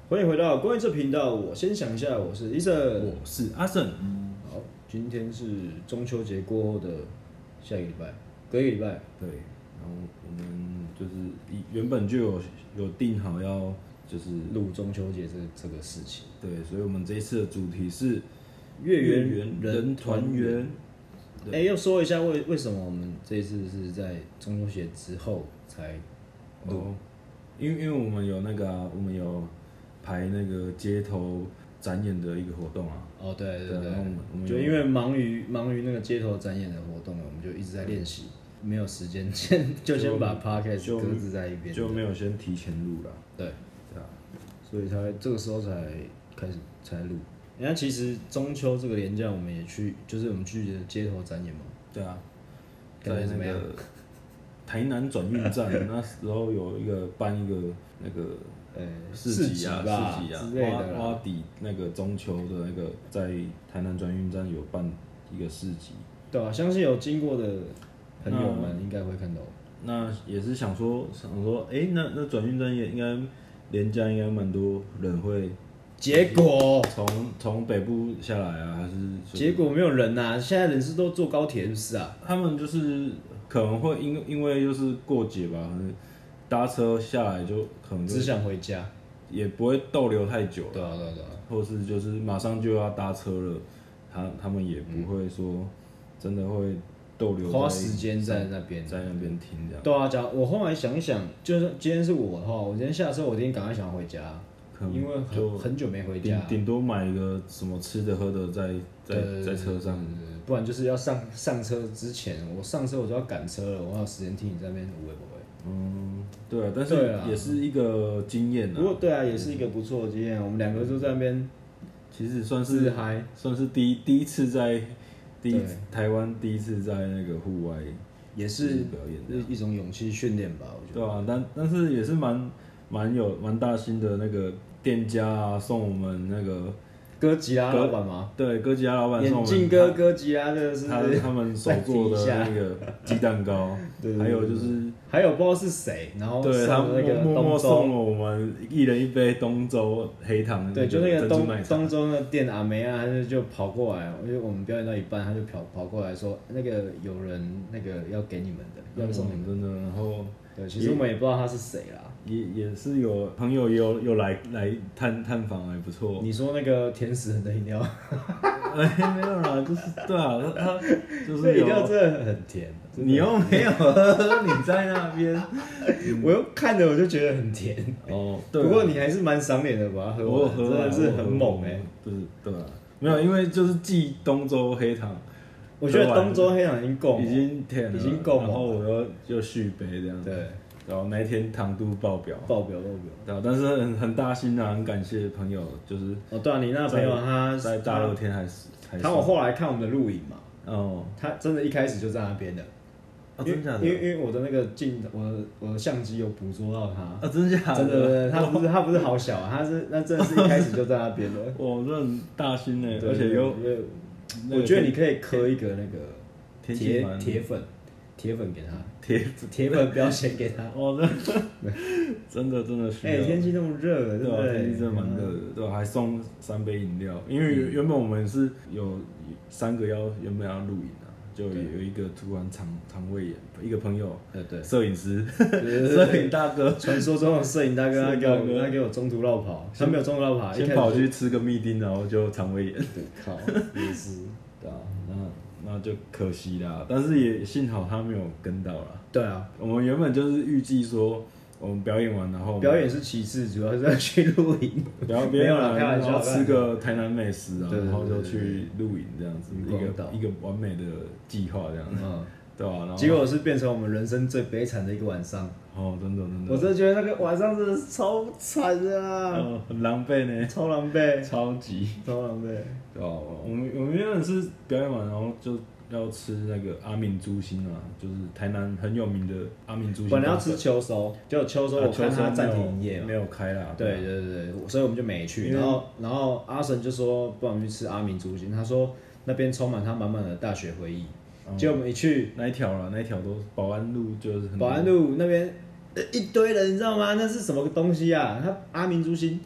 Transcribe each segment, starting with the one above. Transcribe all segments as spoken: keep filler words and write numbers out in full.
欢迎回到关于这频道。我先想一下，我是医生， 我是阿胜。 好，今天是中秋节过后的下一个礼拜，隔一个礼拜。 对，然后我们就是原本就有有定好要就是录中秋节这这个事情。 对，所以我们这一次的主题是月圆圆人团圆。 哎、欸，要说一下为为什么我们这一次是在中秋节之后才录、 哦，因为因为我们有那个、啊，我们有排那个街头展演的一个活动啊。 哦，对对对， 对我们我们就因为忙于忙于那个街头展演的活动，我们就一直在练习，没有时间先就先把 podcast 搁置在一边， 就没有先提前录了。 对， 对啊， 所以才这个时候才开始才录。人家其实中秋这个连假，我们也去，就是我们去的街头展演嘛。 对啊， 在那个台南转运站那时候有一个办一个那个呃市集啊，市集啊， 之类的挖挖底那个中秋的那个在台南转运站有办一个市集。 对啊，相信有经过的朋友们应该会看到。 那也是想说想说，哎、欸，那那转运站也应该连假应该蛮多人会。 结果从从北部下来啊，还是结果没有人呐、啊，现在人是都坐高铁是不是啊？ 他们就是可能会因因为就是过节吧，可能搭车下来就可能就只想回家， 也不会逗留太久。 对啊对啊对啊， 或是就是马上就要搭车了，他他们也不会说真的会逗留花时间在那边在那边听这样。 对啊，讲我后来想一想，就是今天是我的话，我今天下车我一定赶快想要回家。因为很很久没回家， 顶多买一个什么吃的喝的在在在车上， 不然就是要上上车之前，我上车我就要赶车了，我要有时间听你在那边无谓不谓。 嗯，对啊，但是也是一个经验啊。 不过对啊，也是一个不错的经验。我们两个就在那边， 其实算是嗨， 算是第一第一次在第一台湾第一次在那个户外， 也是表演一种勇气训练吧，我觉得。 对啊，但但是也是蛮蛮有蛮大心的那个。店家啊，送我们那个哥吉拉老板吗？ 对，哥吉拉老板送我们眼镜哥哥吉拉的是他他们手做的那个鸡蛋糕， 对还有就是还有不知道是谁，然后对他那个默默送了我们一人一杯东周黑糖， 对，就那个东东周那店阿梅啊，他就就跑过来，因为我们表演到一半，他就跑跑过来说，那个有人那个要给你们的，要送你们真的，然后对，其实我们也不知道他是谁啦。 也也是有朋友也有有来来探探访，还不错。 你说那个甜食人的饮料？ 哎，没有啦，就是对啊，他就是饮料真的很甜。 你又没有喝，你在那边， 我又看着我就觉得很甜。 哦，对。 不过你还是蛮赏脸的，把它喝完，真的是很猛哎。 就是对啊，没有，因为就是继东周黑糖。 我觉得东周黑糖已经够， 已经甜了， 已经够猛了。 然后我又又续杯这样子。 对。 然后那一天糖度爆表， 爆表爆表， 对啊，但是很很大心啊，很感谢朋友，就是哦，对啊，你那个朋友他在大热天还是， 他我后来看我们的录影嘛， 哦， 他真的一开始就在那边的， 啊，真假的？ 因为因为我的那个镜，我的我的相机有捕捉到他， 啊，真假的？ 真的，他不是他不是好小啊，他是那真的是一开始就在那边的， 哇，这很大心呢，而且又， 我觉得你可以刻一个那个铁铁粉。铁粉给他， 铁铁粉不要钱给他。 哦，真的，真的真的需要。 哎、欸，天气那么热， 对吧、啊？天气真的蛮热的，对吧、啊？还送三杯饮料，因为原本我们是有三个要原本要录影啊，就有一个突然肠肠胃炎，一个朋友， 对对， 摄影师，摄影大哥， 传说中的摄影大哥，他给我他给我中途绕跑，他没有中途绕跑， 先跑去吃个蜜丁，然后就肠胃炎。 对，靠，也是，对啊， 那。那就可惜啦，但是也幸好他没有跟到啦。 对啊， 我们原本就是预计说，我们表演完然后表演是其次，主要是要去露营。 表演没有啦，然后吃个台南美食啊，然后就去露营这样子，一个一个完美的计划这样子，嗯，对吧、啊？然后结果是变成我们人生最悲惨的一个晚上。 哦，真的真的， 我真的觉得那个晚上真的超惨的啊， 哦，很狼狈呢， 超狼狈， 超级超狼狈。 对吧？我们我们原本是表演完，然后就要吃那个阿明猪心嘛，就是台南很有名的阿明猪心。 本来要吃秋收，结果秋收我看他暂停营业嘛， 没有开啦。 对对对对，所以我们就没去。然后然后阿神就说，不然我们去吃阿明猪心。他说那边充满他满满的大学回忆。结果我们一去那一条啦，那一条都保安路就是很保安路那边一堆人，你知道吗？那是什么东西啊？他阿明猪心。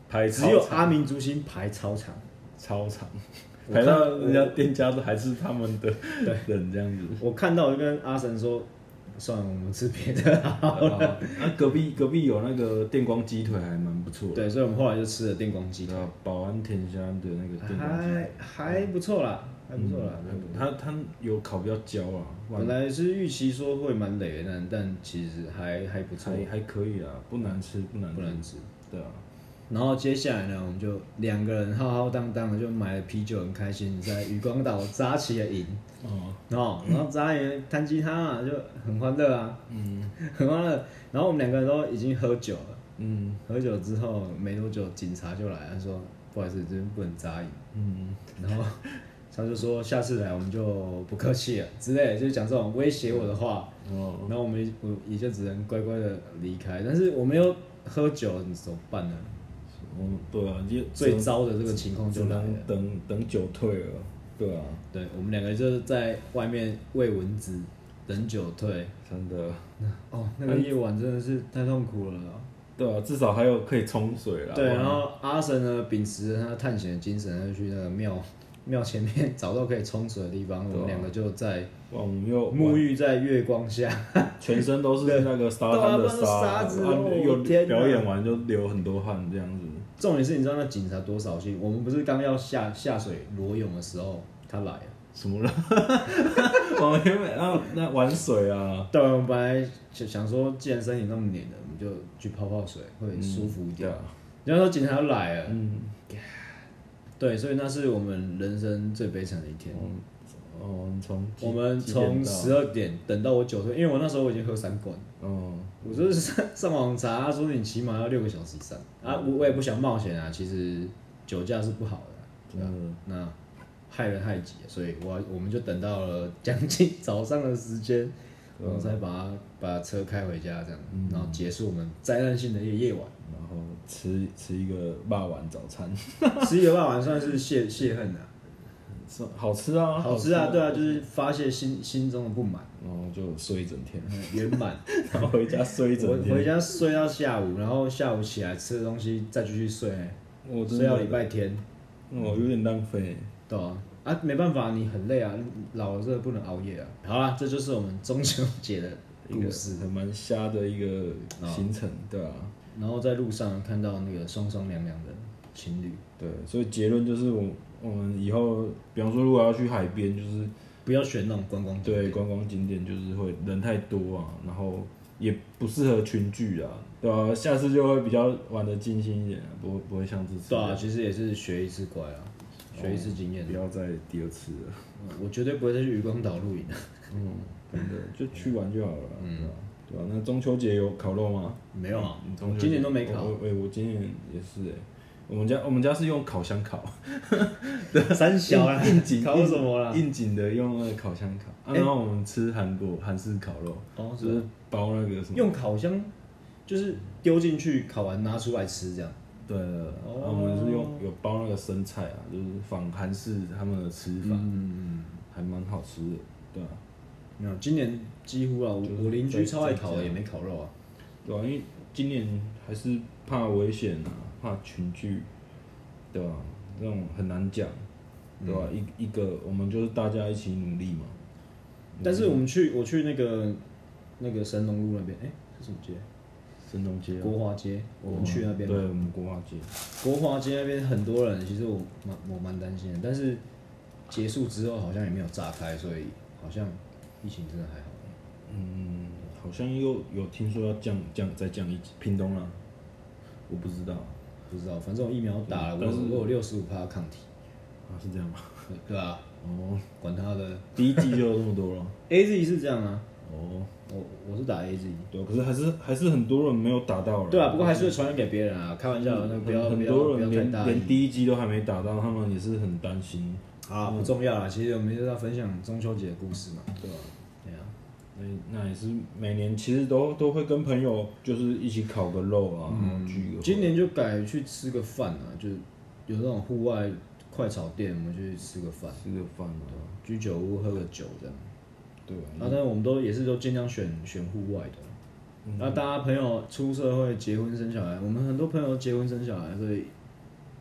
排只有阿明珠心排超长， 超长，排到人家店家都还是他们的人这样子。 我看到我就跟阿神说，算了，我们吃别的好了。 啊，啊隔壁隔壁有那个电光鸡腿，还蛮不错的。 对，所以我们后来就吃了电光鸡腿。 保安甜香的那个电光鸡腿，还还不错啦，还不错啦。 嗯、他他有烤比较焦啊， 本来是预期说会蛮累的，但其实还还不错， 还还可以啦，不难吃，不难吃不难吃。 对啊。 然后接下来呢，我们就两个人浩浩荡荡的就买了啤酒，很开心，在渔光岛扎起了营。哦，然后然后扎营弹吉他啊，就很欢乐啊，嗯，很欢乐。然后我们两个人都已经喝酒了，嗯，喝酒之后没多久，警察就来，他说不好意思，这边不能扎营，嗯，然后他就说下次来我们就不客气了之类的，就讲这种威胁我的话。哦，然后我们我也就只能乖乖的离开，但是我们又喝酒，你怎么办呢？ 嗯，对啊，就最糟的这个情况就来了， 等等酒退了，对啊， 对我们两个就是在外面喂蚊子，等酒退， 真的， 哦，那个夜晚真的是太痛苦了啦。 对啊，至少还有可以冲水啦。 对，然后阿神呢，秉持着他探险的精神，他就去那个庙庙前面找到可以冲水的地方，我们两个就在沐浴在月光下， 全身都是那个沙滩的沙子，又表演完就流很多汗这样子。 重点是，你知道那警察多扫兴？我们不是刚要下下水裸泳的时候，他来了。 什么了？我们原本那那玩水啊。 对，我们本来就想说，既然身体那么黏的，我们就去泡泡水，会舒服一点。然后说警察来了。嗯。对，所以那是我们人生最悲惨的一天。 哦，从我们从十二点等到我酒退，因为我那时候我已经喝三罐。哦。我就是上上网查，他说你起码要六个小时以上啊，我我也不想冒险啊。其实酒驾是不好的，对吧？嗯、那害人害己，所以我我们就等到了将近早上的时间，然后才把他把车开回家，这样，嗯、然后结束我们灾难性的一个夜晚。 然后吃吃一个霸王早餐， 吃一个霸王算是泄泄恨啊。 好吃啊， 好吃啊，对啊，就是发泄心心中的不满， 然后就睡一整天， 圆满， 然后回家睡一整天， 回家睡到下午，然后下午起来吃的东西再继续睡，我睡到礼拜天， 哦，有点浪费， 对啊，啊，没办法，你很累啊，老了真的不能熬夜啊。好啦，这就是我们中秋节的故事， 很蛮瞎的一个行程，对啊。 然后在路上看到那个双双凉凉的情侣， 对，所以结论就是我。我们以后，比方说，如果要去海边，就是不要选那种观光景点。 对，观光景点就是会人太多啊，然后也不适合群聚啊，对啊，下次就会比较玩得尽兴一点、啊，不会不会像这次。 对啊，其实也是学一次乖啊，学一次经验、 哦，不要再第二次了。 嗯、我绝对不会再去渔光岛露营了。 嗯，真的就去玩就好了。嗯，对吧、啊？对吧、啊？那中秋节有烤肉吗？ 没有啊，我今年都没烤。 我我、欸、我今年也是哎、欸。我们家我们家是用烤箱烤， 三小啊， 应景烤什么啦？ 应景的用那个烤箱烤，啊、然后我们吃韩国韩式烤肉，哦、就是包那个什么， 用烤箱就是丢进去烤完拿出来吃这样。 对，哦、我们是用有包那个生菜啊，就是仿韩式他们的吃法，嗯嗯，还蛮好吃的，对啊。 没有，今年几乎啊，我邻居超爱烤的，也没烤肉啊。 对啊，因为今年还是怕危险啊。怕群聚，对吧、啊？那种很难讲，对吧、啊？嗯、一一个我们就是大家一起努力嘛。 但是我们去，我去那个那个神农路那边，哎、欸，是什么街？ 神农街、啊。 国华街，我们去那边。 对，我们国华街。 国华街那边很多人，其实我蛮我蛮担心的，但是结束之后好像也没有炸开，所以好像疫情真的还好。 嗯，好像又有听说要降降再降一级，屏东啊，我不知道。 不知道，反正我疫苗打了，我我有六十五趴抗体。 啊，是这样吗？ 对啊。哦，管他的。 第一剂就有这么多了。 A Z 是这样啊。 哦。 我我是打 A Z。 对，可是还是还是很多人没有打到了。 对啊，不过还是会传染给别人啊，开玩笑，那不要很多人连连第一剂都还没打到，他们也是很担心。 啊，不重要啦，其实我们就是要分享中秋节的故事嘛，对吧？ 对啊。那也是每年其实都都会跟朋友就是一起烤个肉啊，然后聚个。 今年就改去吃个饭啊，就有那种户外快炒店，我们就去吃个饭。 吃个饭啊， 居酒屋喝个酒这样。 对啊。 啊，但是我们都也是都尽量选选户外的。那大家朋友出社会结婚生小孩，我们很多朋友结婚生小孩，所以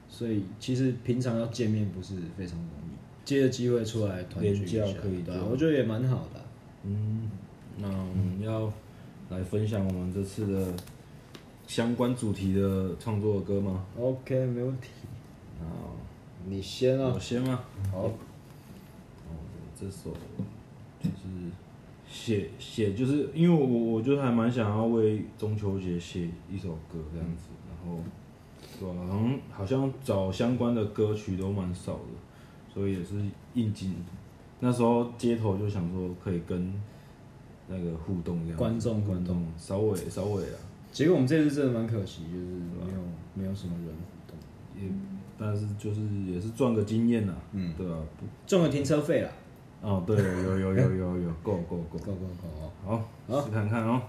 所以其实平常要见面不是非常容易，借着机会出来团聚一下， 可以对啊，我觉得也蛮好的、啊。 嗯，那我们要来分享我们这次的相关主题的创作的歌吗 ？OK， 没问题。 啊， 你先啊。 我先吗？ 好。 哦，这首就是写写，就是因为我我就还蛮想要为中秋节写一首歌这样子，然后对吧、啊？好像好像找相关的歌曲都蛮少的，所以也是应景。那时候街头就想说可以跟那个互动这样， 观众观众稍微稍微啊。 结果我们这次真的蛮可惜，就是没有没有什么人互动， 也但是就是也是赚个经验呐， 嗯， 对吧、啊？ 赚个停车费啦。 哦，对，有有有有有，够够够够够够哦，好，试看看哦。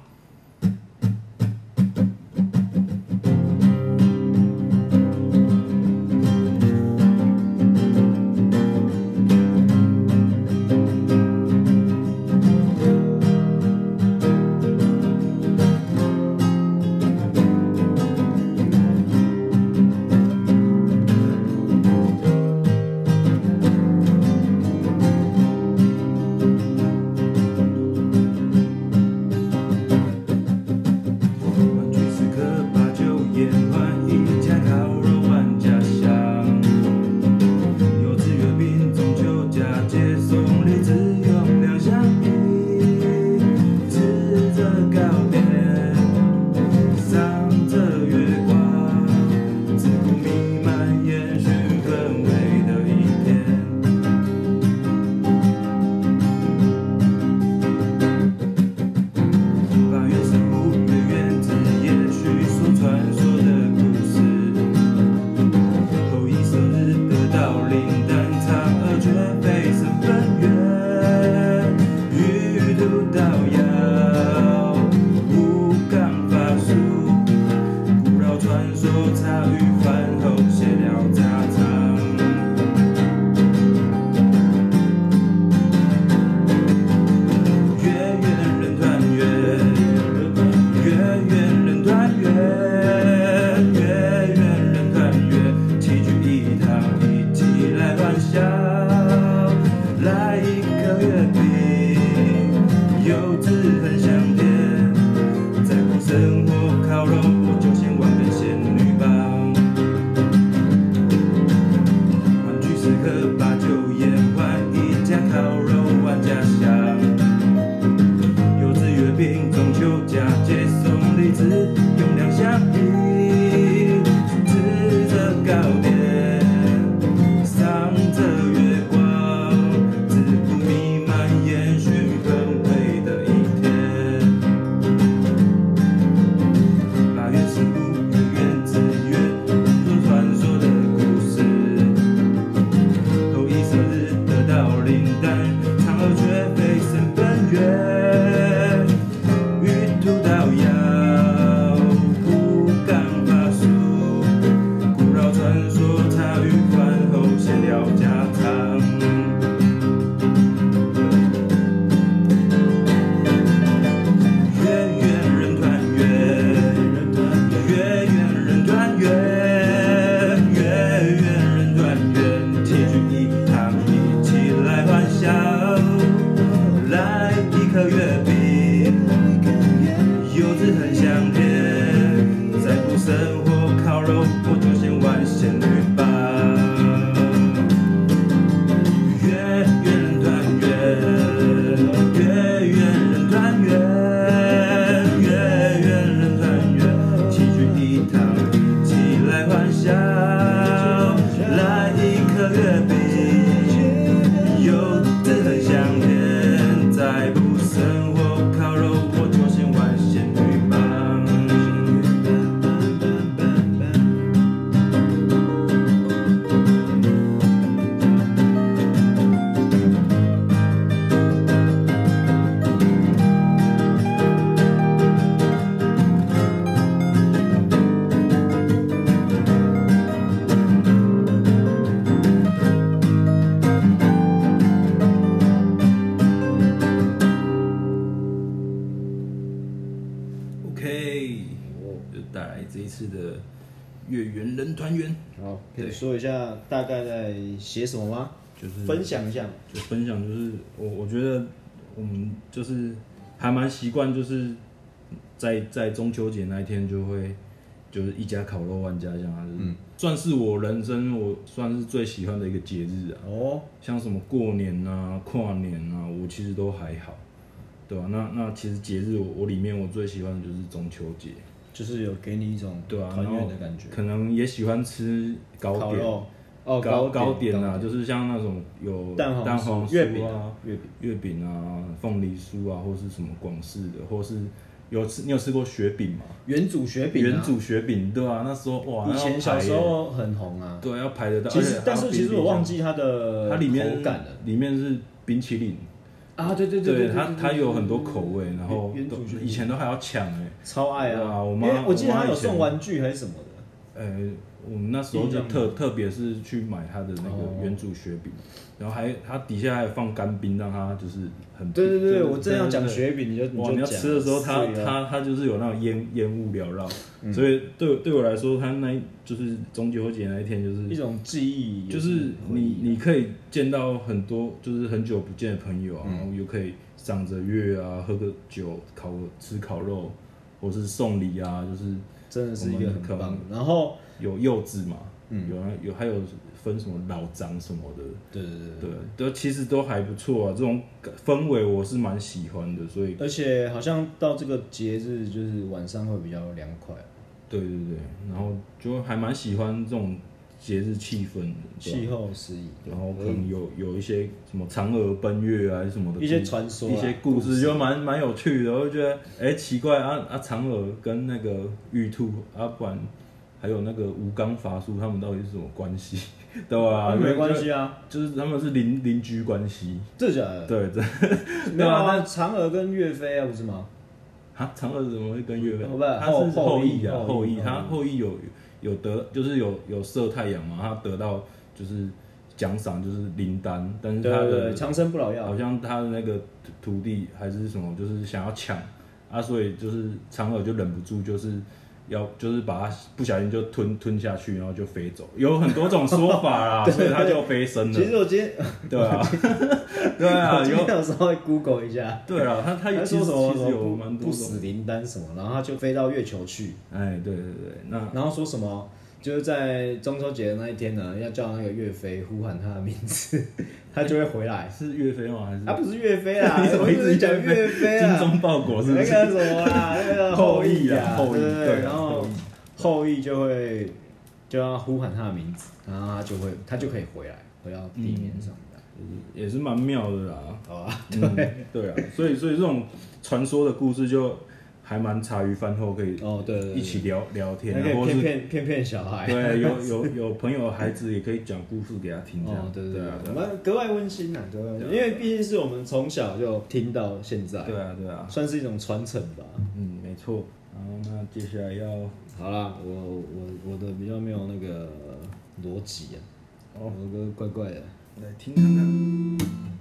月圆人团圆。 好，可以说一下大概在写什么吗？ 就是分享一下。 就分享就是我我觉得我们就是还蛮习惯，就是在在中秋节那一天就会就是一家烤肉万家香啊，嗯，算是我人生我算是最喜欢的一个节日啊。哦，像什么过年啊、跨年啊，我其实都还好，对吧、啊？那那其实节日我我里面我最喜欢的就是中秋节。 就是有给你一种团圆的感觉， 可能也喜欢吃糕点， 哦糕糕点啊，就是像那种有蛋黄酥月饼啊、月饼月饼啊、凤梨酥啊，或是什么广式的，或是有吃你有吃过雪饼吗？ 原祖雪饼， 原祖雪饼，对啊，那时候哇， 以前小时候很红啊， 对，要排得到。 其实，但是其实我忘记它的它里面口感了， 里面是冰淇淋。 啊，对对对对，它它有很多口味，然后以前都还要抢哎， 超爱啊！ 我妈， 我记得它有送玩具还是什么的。 呃，我们那时候就特特别是去买它的那个原祖雪饼，然后还它底下还有放干冰，让它就是很。 对对对，我正要讲雪饼，你就哇，你要吃的时候，它它它就是有那种烟烟雾缭绕，所以对对我来说，它那就是中秋节那一天就是一种记忆， 就是你你可以见到很多就是很久不见的朋友啊，然后又可以赏着月啊，喝个酒，烤吃烤肉，或是送礼啊，就是真的是一个很棒。然后有柚子嘛，嗯，有有还有分什么老张什么的， 对对对对，都其实都还不错啊，这种氛围我是蛮喜欢的，所以而且好像到这个节日就是晚上会比较凉快。 对对对，然后就还蛮喜欢这种节日气氛的， 气候适宜， 然后可能有有一些什么嫦娥奔月啊什么的， 一些传说、 一些故事就蛮蛮有趣的，我就觉得哎、欸、奇怪啊啊嫦娥跟那个玉兔啊，不然还有那个吴刚伐叔他们到底是什么关系？对吧？ 没关系啊， 就是他们是邻邻居关系， 这假的？ 对对， 没有啊，嫦娥跟岳飞啊，不是吗？ 啊，嫦娥怎么会跟岳飞？ 他是后羿啊， 后羿，他后羿有有得，就是有有射太阳嘛，他得到就是奖赏就是灵丹，但是他的长生不老药， 好像他的那个徒弟还是什么，就是想要抢啊，所以就是嫦娥就忍不住就是。要就是把它不小心就吞吞下去，然后就飞走，有很多种说法啦，所以它就飞升了。 其实我今天对啊，对啊， 我今天有稍微 Google 一下， 对啊，他他他说什么有蛮多不死灵丹什么，然后他就飞到月球去。 哎，对对对，那然后说什么？就是在中秋节的那一天呢，要叫那个岳飞呼喊他的名字，他就会回来。 是岳飞吗？还是？ 他不是岳飞啦， 你怎么一直讲岳飞啊？ 精忠报国是不是？ 那个什么啦，那个后羿啊， 后羿对，然后后羿就会就要呼喊他的名字，然后他就会他就可以回来，回到地面上的， 也是蛮妙的啦。 好啊，对对啊，所以所以这种传说的故事就。还蛮茶余饭后可以哦，对对， 一起聊聊天， 可以骗骗骗骗小孩， 对，有有有朋友孩子也可以讲故事给他听，这样， 对对对，我们格外温馨呐，格外温馨，因为毕竟是我们从小就听到现在， 对啊对啊， 算是一种传承吧， 嗯，没错。然后那接下来要， 好啦，我我我的比较没有那个逻辑啊，我的歌怪怪的， 来听看看。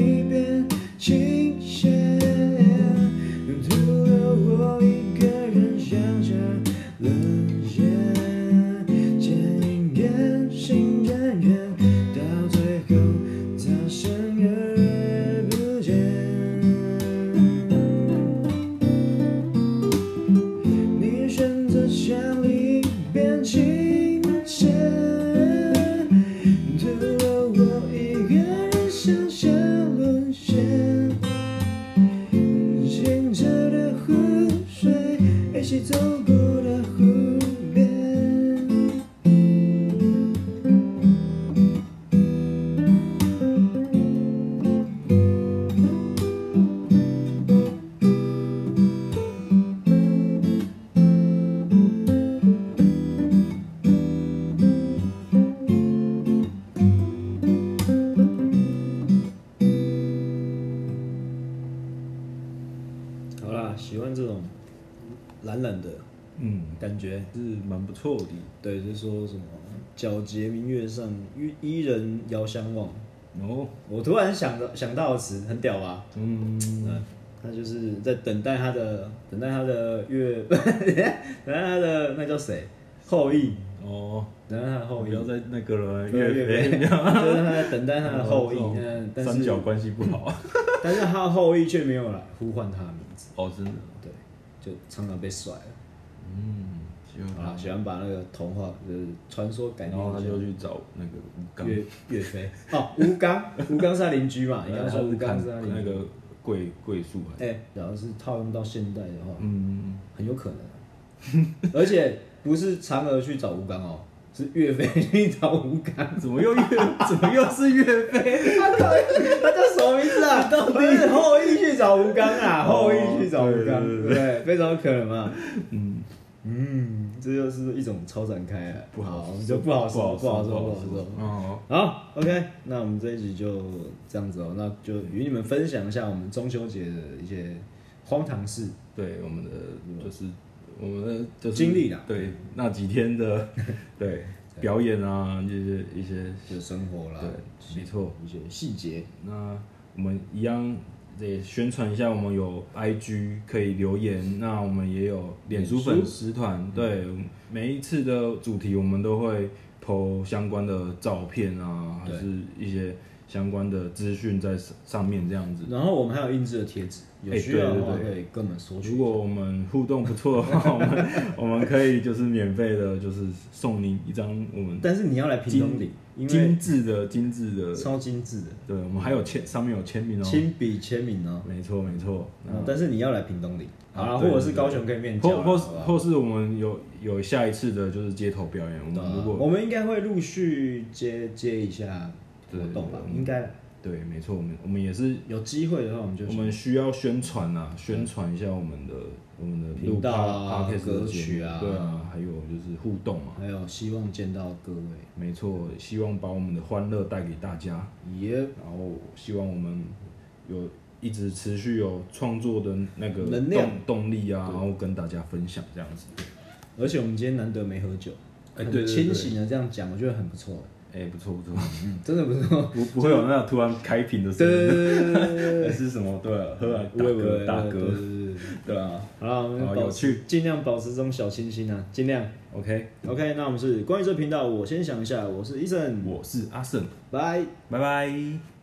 停歇，徒留我一个人。 过的湖边。好啦，喜欢这种懒懒的嗯， 感觉， 是蛮不错的。 对，就是说什么皎洁明月上，伊伊人遥相望。 哦， 我突然想到想到的词，很屌吧？ 嗯， 嗯，他就是在等待他的，等待他的月，等待他的那叫谁？后羿。 哦， 等待他的后羿。 不要再那个了， 岳岳飞， 就是他在等待他的后羿， 哦嗯，但是三角关系不好。 但是他的后羿却没有来呼唤他的名字， 哦，真的。 对，就常常被甩了。 嗯，喜欢啊， 他， 喜欢把那个童话就是传说改编一下， 然后他就去找那个吴刚， 岳岳飞哦，吴刚，吴刚是他邻居嘛，你刚刚说他是吴刚看是他邻居， 那个桂桂树还是， 哎，然后是套用到现代的话， 嗯， 很有可能啊，而且不是嫦娥去找吴刚哦，是岳飞去找吴刚， 怎么又岳，怎么又是岳飞？ 他到底他叫什么名字啊？到底是后羿去找吴刚啊？后羿去找吴刚，对不对？非常有可能嘛。 嗯嗯，这就是一种超展开啊， 不好说就不好说， 不好说不好说，不好不好说。 哦， 好，OK，那我们这一集就这样子哦，那就与你们分享一下我们中秋节的一些荒唐事。 对，我们的就是我们的就是经历啦对，那几天的对表演啊，这些一些就生活啦， 对，没错， 一些细节。 那我们一样也宣传一下，我们有 I G 可以留言，那我们也有脸书粉丝团，对，每一次的主题我们都会 po 相关的照片啊，还是一些相关的资讯在上面这样子。 然后我们还有印制的贴纸，有需要的话欸对对对可以跟我们索取。 如果我们互动不错的话，我们我们可以就是免费的，就是送你一张我们但是你要来屏东领，因为精致的精致的， 超精致的， 对，我们还有签上面有签名哦， 亲笔签名哦。 没错没错。 嗯但是你要来屏东领，好啦， 对或者是高雄可以面交啦， 或或是好不好或是我们有有下一次的就是街头表演，我们如果我们应该会陆续接接一下活动吧，应该对，没错，我们我们也是有机会的话，我们就我们需要宣传啊，宣传一下我们的我们的频道啊 Podcast 的歌节目曲啊对啊，还有就是互动嘛， 还有希望见到各位， 没错，希望把我们的欢乐带给大家， 也然后希望我们有一直持续有创作的那个能量动动力啊，然后跟大家分享这样子。 而且我们今天难得没喝酒， 哎很对对对清醒的这样讲，我觉得很不错， 哎、不错不错， 嗯，真的不错， 不不会有那种突然开瓶的声音， 对对对对对对还是什么对啊，喝完打对， 嗝打嗝， 对对对， 对啊， 好了，我们保好有趣持尽量保持这种小清新啊，尽量。 OK， OK，那我们是关于这频道，我先想一下，我是医生， 我是阿胜， 拜。 拜拜。